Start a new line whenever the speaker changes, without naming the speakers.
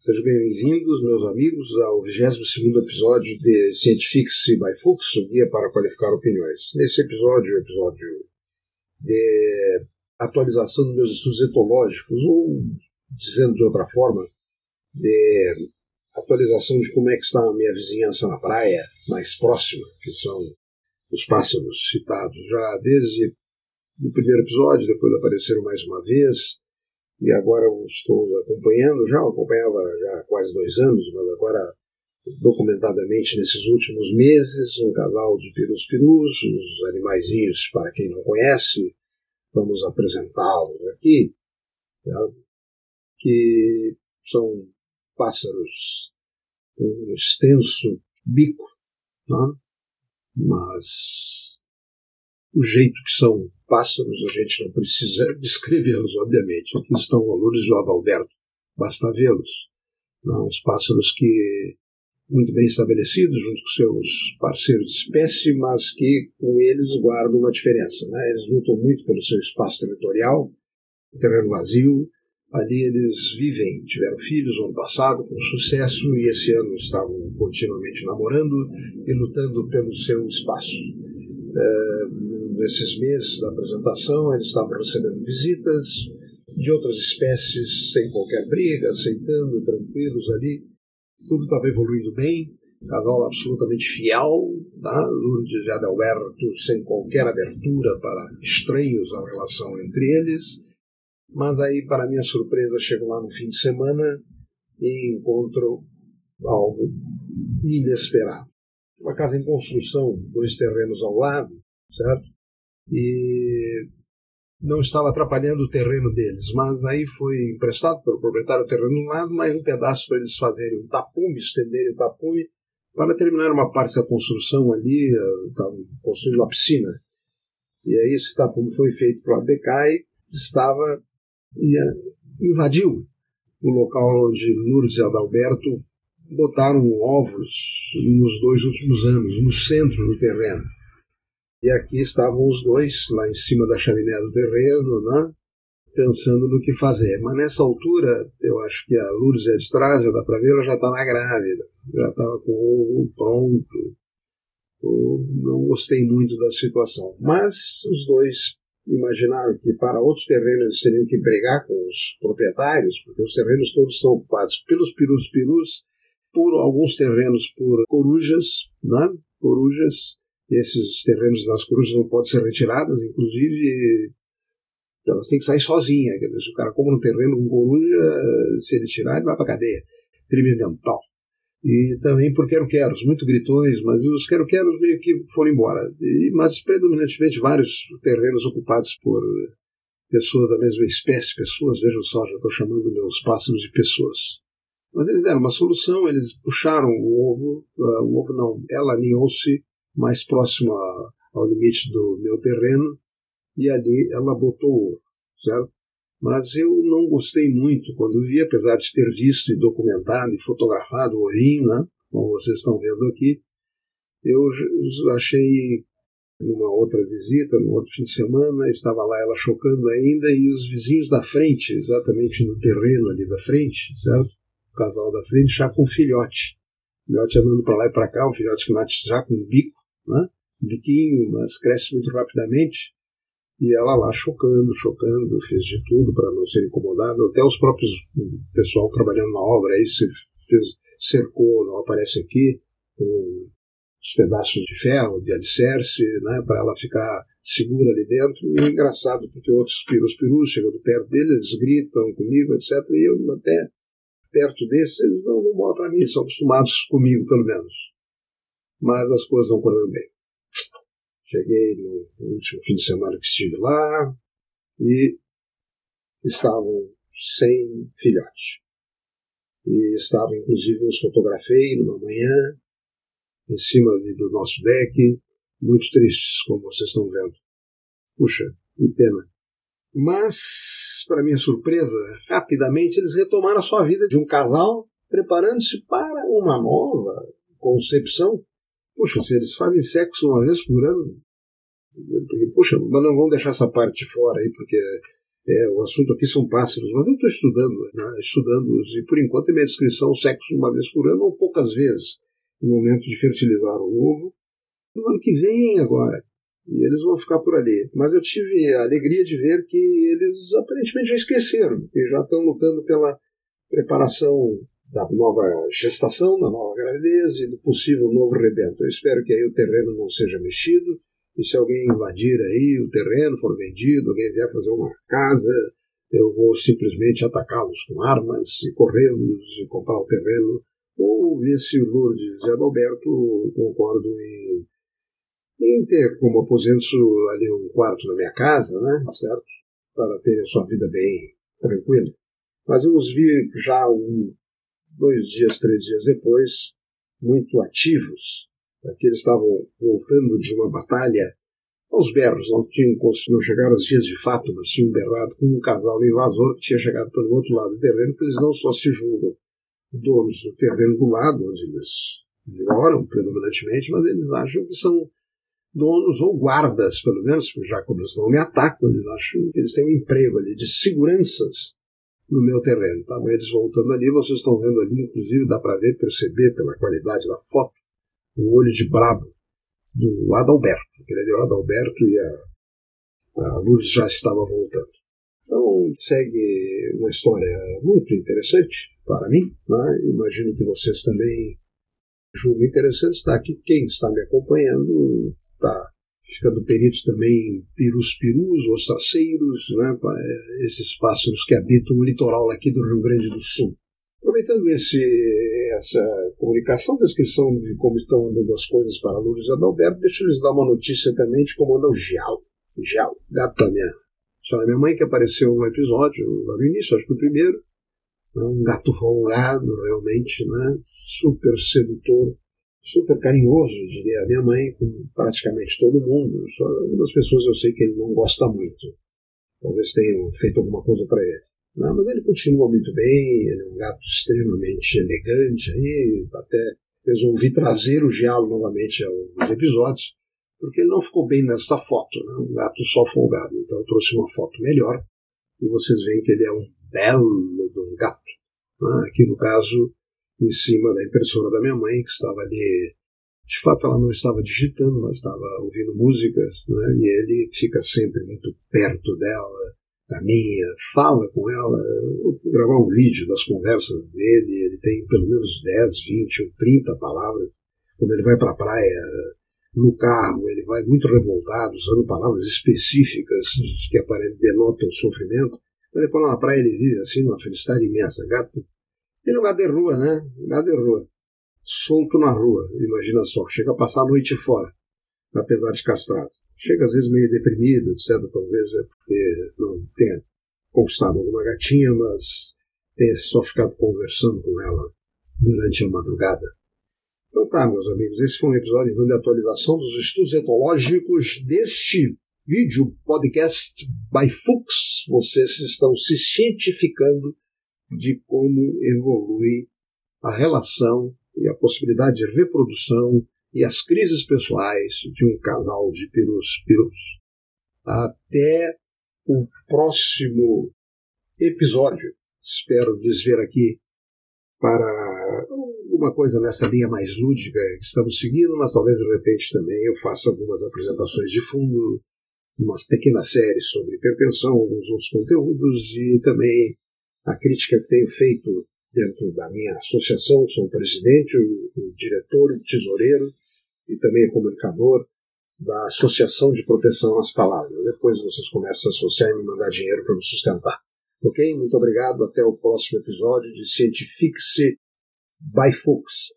Sejam bem-vindos, meus amigos, ao 22º episódio de Scientifics by Fuchs, o Guia para Qualificar Opiniões. Nesse episódio de atualização dos meus estudos etológicos, ou, dizendo de outra forma, de atualização de como é que está a minha vizinhança na praia, mais próxima, que são os pássaros citados já desde o primeiro episódio, depois apareceram mais uma vez, e agora eu estou acompanhando, acompanhava já há quase 2 anos, mas agora documentadamente nesses últimos meses, um casal de perus-perus, os animaizinhos, para quem não conhece, vamos apresentá-los aqui, tá? Que são pássaros com um extenso bico, tá? Mas o jeito que são pássaros, a gente não precisa descrevê-los, obviamente. Aqui estão o Lourdes e o Adalberto, basta vê-los. Uns pássaros que muito bem estabelecidos junto com seus parceiros de espécie, mas que com eles guardam uma diferença, né? Eles lutam muito pelo seu espaço territorial, terreno vazio. Ali eles vivem, tiveram filhos no ano passado com sucesso e esse ano estavam continuamente namorando e lutando pelo seu espaço. Nesses meses da apresentação, eles estavam recebendo visitas de outras espécies sem qualquer briga, aceitando, tranquilos ali. Tudo estava evoluindo bem, casal absolutamente fiel, tá? Lourdes e Adalberto sem qualquer abertura para estranhos à relação entre eles. Mas aí, para minha surpresa, chego lá no fim de semana e encontro algo inesperado. Uma casa em construção, 2 terrenos ao lado, certo? E não estava atrapalhando o terreno deles, mas aí foi emprestado pelo proprietário do terreno do lado, mais um pedaço para eles fazerem um tapume, estenderem o tapume, para terminar uma parte da construção ali, estavam construindo uma piscina. E aí esse tapume foi feito para o lado de cá e invadiu o local onde Lourdes e Adalberto botaram ovos nos 2 últimos anos, no centro do terreno. E aqui estavam os dois, lá em cima da chaminé do terreno, né, pensando no que fazer. Mas nessa altura, eu acho que a Lourdes é de trás, já dá para ver, ela já estava grávida, já estava com o ovo pronto. Eu não gostei muito da situação. Mas os dois imaginaram que para outro terreno eles teriam que brigar com os proprietários, porque os terrenos todos estão ocupados pelos perus-perus, por alguns terrenos por corujas, né? Corujas. Esses terrenos das corujas não podem ser retiradas, inclusive elas têm que sair sozinhas. Quer dizer, se o cara compra um terreno com coruja, se ele tirar, ele vai para a cadeia. Crime ambiental. E também por quero-queros, muito gritões, mas os quero-queros meio que foram embora. Mas predominantemente vários terrenos ocupados por pessoas da mesma espécie. Pessoas, vejam só, já estou chamando meus pássaros de pessoas. Mas eles deram uma solução, eles puxaram o ovo não, ela aninhou-se mais próximo ao limite do meu terreno, e ali ela botou o ovo, certo? Mas eu não gostei muito quando vi, apesar de ter visto e documentado e fotografado o ovinho, né? Como vocês estão vendo aqui, eu achei, numa outra visita, num outro fim de semana, estava lá ela chocando ainda, e os vizinhos da frente, exatamente no terreno ali da frente, certo? O casal da frente já com filhote andando para lá e para cá, um filhote que nasce já com um bico, né? Um biquinho, mas cresce muito rapidamente. E ela lá chocando, fez de tudo para não ser incomodada. Até os próprios pessoal trabalhando na obra aí cercou, não aparece aqui, com os pedaços de ferro, de alicerce, né, para ela ficar segura ali dentro. E é engraçado, porque outros perus chegando perto dele, eles gritam comigo, etc. E eu até perto desses, eles não moram para mim, são acostumados comigo, pelo menos. Mas as coisas não correram bem. Cheguei no último fim de semana que estive lá e estavam sem filhote. E estavam, inclusive, eu os fotografei numa manhã, em cima do nosso deck, muito tristes, como vocês estão vendo. Puxa, que pena. Mas, para minha surpresa, rapidamente eles retomaram a sua vida de um casal, preparando-se para uma nova concepção. Puxa, se eles fazem sexo uma vez por ano, puxa, mas não vamos deixar essa parte de fora aí, porque O assunto aqui são pássaros, mas eu estou estudando-os, e por enquanto a minha descrição sexo uma vez por ano ou poucas vezes, no momento de fertilizar o ovo, no ano que vem agora. E eles vão ficar por ali. Mas eu tive a alegria de ver que eles aparentemente já esqueceram, que já estão lutando pela preparação da nova gestação, da nova gravidez e do possível novo rebento. Eu espero que aí o terreno não seja mexido, e se alguém invadir aí o terreno, for vendido, alguém vier fazer uma casa, eu vou simplesmente atacá-los com armas e corrê-los e comprar o terreno, ou ver se o Lourdes e Adalberto concordam em ter como aposento ali um quarto na minha casa, né, certo? Para terem a sua vida bem tranquila. Mas eu os vi já 2 dias, 3 dias depois, muito ativos. Aqui eles estavam voltando de uma batalha aos berros, não chegaram aos dias de fato, mas tinham berrado com um casal invasor que tinha chegado pelo outro lado do terreno, que eles não só se julgam donos do terreno do lado, onde eles moram predominantemente, mas eles acham que são donos ou guardas, pelo menos, já que eles não me atacam, eles acham que eles têm um emprego ali de seguranças no meu terreno. Estavam eles voltando ali, vocês estão vendo ali, inclusive dá para perceber pela qualidade da foto, o olho de brabo do Adalberto. Aquele ali é o Adalberto e a Lourdes já estava voltando. Então segue uma história muito interessante para mim, né? Imagino que vocês também julgam interessante. Está aqui quem está me acompanhando, está ficando perito também em pirus-pirus, ostraceiros, né? Esses pássaros que habitam o litoral aqui do Rio Grande do Sul. Aproveitando essa comunicação, descrição de como estão andando as coisas para Lourdes e Adalberto, deixa eu lhes dar uma notícia também de como anda o Gial. Gial, gato da minha mãe, que apareceu no episódio, lá no início, acho que o primeiro. Um gato folgado, realmente, né? Super sedutor, super carinhoso, diria a minha mãe, com praticamente todo mundo. Só algumas pessoas eu sei que ele não gosta muito. Talvez tenham feito alguma coisa para ele. Não, mas ele continua muito bem, ele é um gato extremamente elegante, aí até resolvi trazer o Giallo novamente aos episódios, porque ele não ficou bem nessa foto, né? Um gato só folgado. Então eu trouxe uma foto melhor, e vocês veem que ele é um belo de um gato. Né? Aqui no caso, em cima da impressora da minha mãe, que estava ali, de fato ela não estava digitando, mas estava ouvindo músicas, né? E ele fica sempre muito perto dela, caminha, fala com ela. Eu vou gravar um vídeo das conversas dele, ele tem pelo menos 10, 20 ou 30 palavras. Quando ele vai para a praia, no carro, ele vai muito revoltado, usando palavras específicas que denotam sofrimento. Mas depois lá na praia ele vive assim, numa felicidade imensa. Gato, ele é um gato de rua, né? Um gato de rua. Solto na rua, imagina só, chega a passar a noite fora, apesar de castrado. Chega às vezes meio deprimido, etc. Talvez é porque não tenha conquistado alguma gatinha, mas tenha só ficado conversando com ela durante a madrugada. Então tá, meus amigos, esse foi um episódio então, de atualização dos estudos etológicos deste vídeo podcast by Fuchs. Vocês estão se cientificando de como evolui a relação e a possibilidade de reprodução e as crises pessoais de um casal de pirus-pirus. Até o próximo episódio. Espero lhes ver aqui para alguma coisa nessa linha mais lúdica que estamos seguindo, mas talvez de repente também eu faça algumas apresentações de fundo, umas pequenas séries sobre hipertensão, alguns outros conteúdos e também a crítica que tenho feito dentro da minha associação. Sou o presidente, o diretor, o tesoureiro e também comunicador da Associação de Proteção às Palavras. Depois vocês começam a associar e me mandar dinheiro para me sustentar. Ok? Muito obrigado. Até o próximo episódio de Cientifique-se by Fuchs.